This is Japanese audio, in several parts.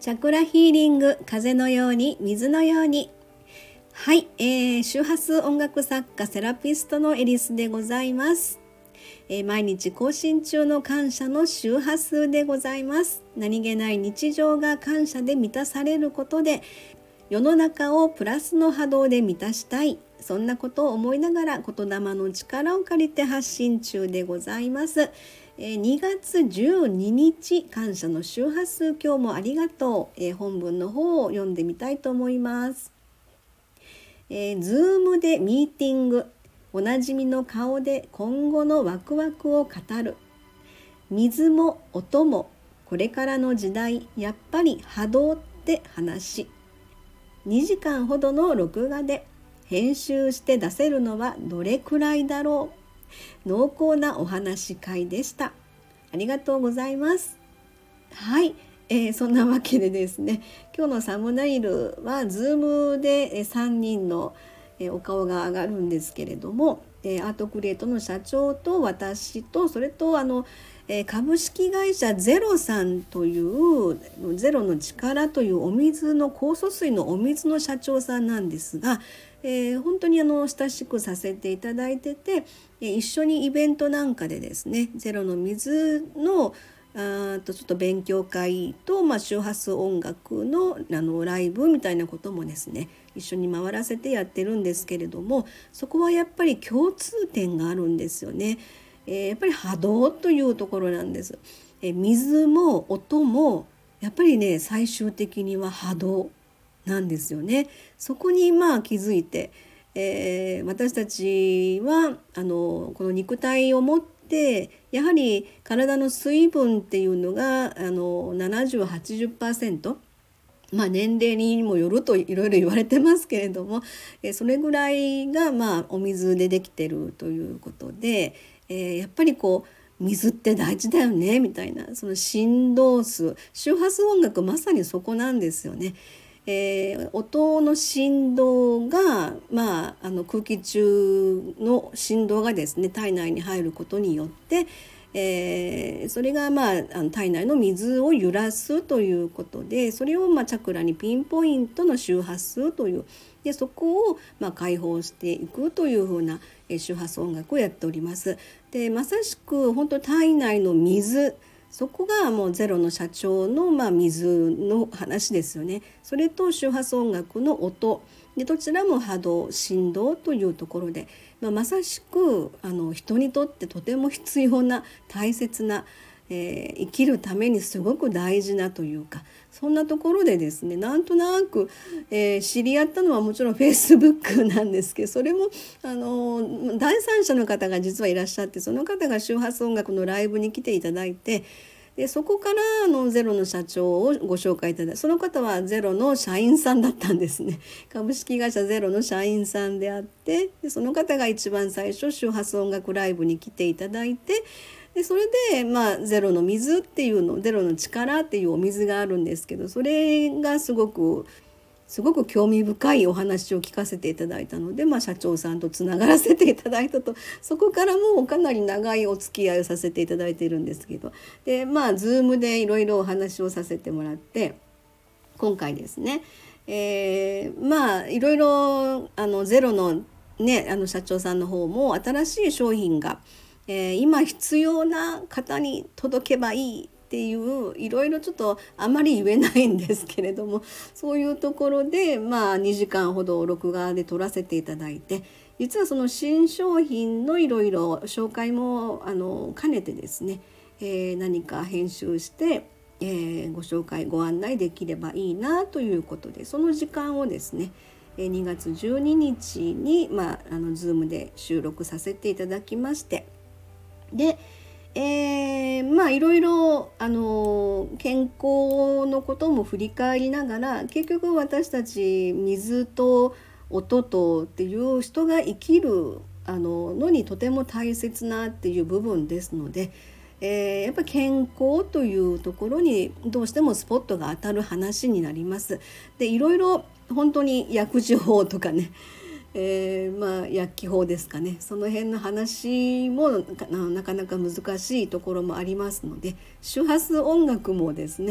チャクラヒーリング、風のように水のように。はい、周波数音楽作家セラピストのエリスでございます。毎日更新中の感謝の周波数でございます。何気ない日常が感謝で満たされることで、世の中をプラスの波動で満たしたい、そんなことを思いながら言霊の力を借りて発信中でございます。2月12日感謝の周波数、今日もありがとう、本文の方を読んでみたいと思います。Zoom でミーティング、おなじみの顔で今後のワクワクを語る。水も音もこれからの時代、やっぱり波動って話。2時間ほどの録画で編集して出せるのはどれくらいだろう。濃厚なお話会でした。ありがとうございます。はい、そんなわけでですね、今日のサムネイルは Zoom で3人のお顔が上がるんですけれども、アートクリエイトの社長と私と、それと株式会社ゼロさんというゼロの力というお水の酵素水のお水の社長さんなんですが、本当に親しくさせていただいてて、一緒にイベントなんかでですね、ゼロの水のちょっと勉強会と、周波数音楽のライブみたいなこともですね、一緒に回らせてやってるんですけれども、そこはやっぱり共通点があるんですよね。やっぱり波動というところなんです。水も音もやっぱりね、最終的には波動なんですよね。そこに気づいて、私たちはこの肉体を持ってやはり体の水分っていうのが70-80%、年齢にもよるといろいろ言われてますけれども、それぐらいがお水でできてるということで、やっぱり水って大事だよねみたいな、その振動数、周波数音楽まさにそこなんですよね。音の振動が、空気中の振動がですね、体内に入ることによって、それが体内の水を揺らすということで、それをチャクラにピンポイントの周波数というで、そこを解放していくというふうな周波数音楽をやっております。で、まさしく本当体内の水、そこがもうゼロの社長の水の話ですよね。それと周波数音楽の音で、どちらも波動、振動というところで、まさしく人にとってとても必要な大切な、生きるためにすごく大事なというか、そんなところでですね、なんとなく、知り合ったのはもちろん Facebook なんですけど、それも第三者の方が実はいらっしゃって、その方が周波数音楽のライブに来ていただいて、でそこからゼロの社長をご紹介いただいて、その方はゼロの社員さんだったんですね。株式会社ゼロの社員さんであって、でその方が一番最初周波数音楽ライブに来ていただいて、でそれでゼロの水っていうの、ゼロの力っていうお水があるんですけど、それがすごく興味深いお話を聞かせていただいたので、社長さんとつながらせていただいたと、そこからもうかなり長いお付き合いをさせていただいているんですけど、でZoom でいろいろお話をさせてもらって、今回ですね、いろいろゼロのね、社長さんの方も新しい商品が、今必要な方に届けばいいっていういろいろちょっとあまり言えないんですけれども、そういうところで2時間ほど録画で撮らせていただいて、実はその新商品のいろいろ紹介も兼ねてですね、何か編集して、ご紹介ご案内できればいいなということで、その時間をですね2月12日にZoom で収録させていただきまして、でいろいろ健康のことも振り返りながら、結局私たち水と音とっていう人が生きるのにとても大切なっていう部分ですので、やっぱり健康というところにどうしてもスポットが当たる話になります。でいろいろ本当に薬事法とかね、薬機法ですかね、その辺の話もなかなか難しいところもありますので、周波数音楽もですね、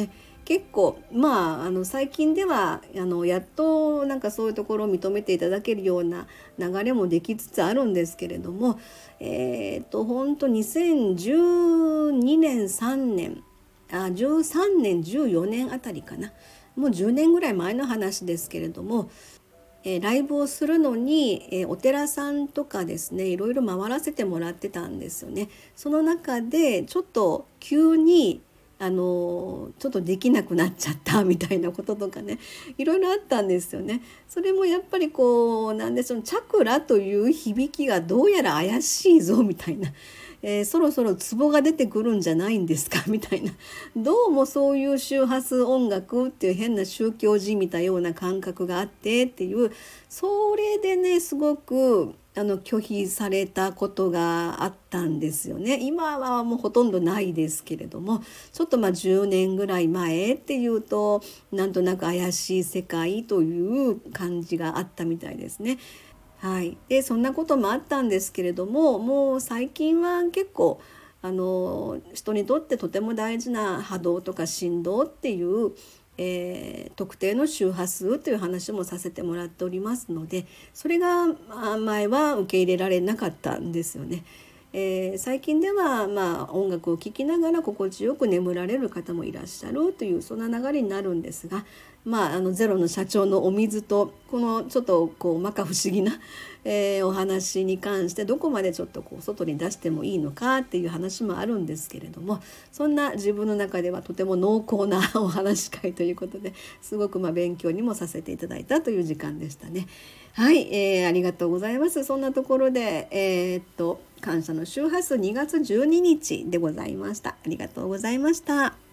結構最近ではやっとなんかそういうところを認めていただけるような流れもできつつあるんですけれども、本当2012年3年13年14年あたりかな、もう10年ぐらい前の話ですけれども、ライブをするのに、お寺さんとかですね、いろいろ回らせてもらってたんですよね。その中でちょっと急にちょっとできなくなっちゃったみたいなこととかね、いろいろあったんですよね。それもやっぱりなんでチャクラという響きがどうやら怪しいぞみたいな、そろそろツボが出てくるんじゃないんですかみたいな、どうもそういう周波数音楽っていう変な宗教じみたような感覚があってっていう、それでねすごく拒否されたことがあったんですよね。今はもうほとんどないですけれども、ちょっと10年ぐらい前っていうとなんとなく怪しい世界という感じがあったみたいですね。はい、でそんなこともあったんですけれども、もう最近は結構人にとってとても大事な波動とか振動っていう、特定の周波数という話もさせてもらっておりますので、それが前は受け入れられなかったんですよね。最近では音楽を聴きながら心地よく眠られる方もいらっしゃるというそんな流れになるんですが、ゼロの社長のお水とこのちょっと摩訶不思議な、お話に関してどこまでちょっと外に出してもいいのかっていう話もあるんですけれども、そんな自分の中ではとても濃厚なお話会ということですごく勉強にもさせていただいたという時間でしたね。はい、ありがとうございます。そんなところで感謝の周波数2月12日でございました。ありがとうございました。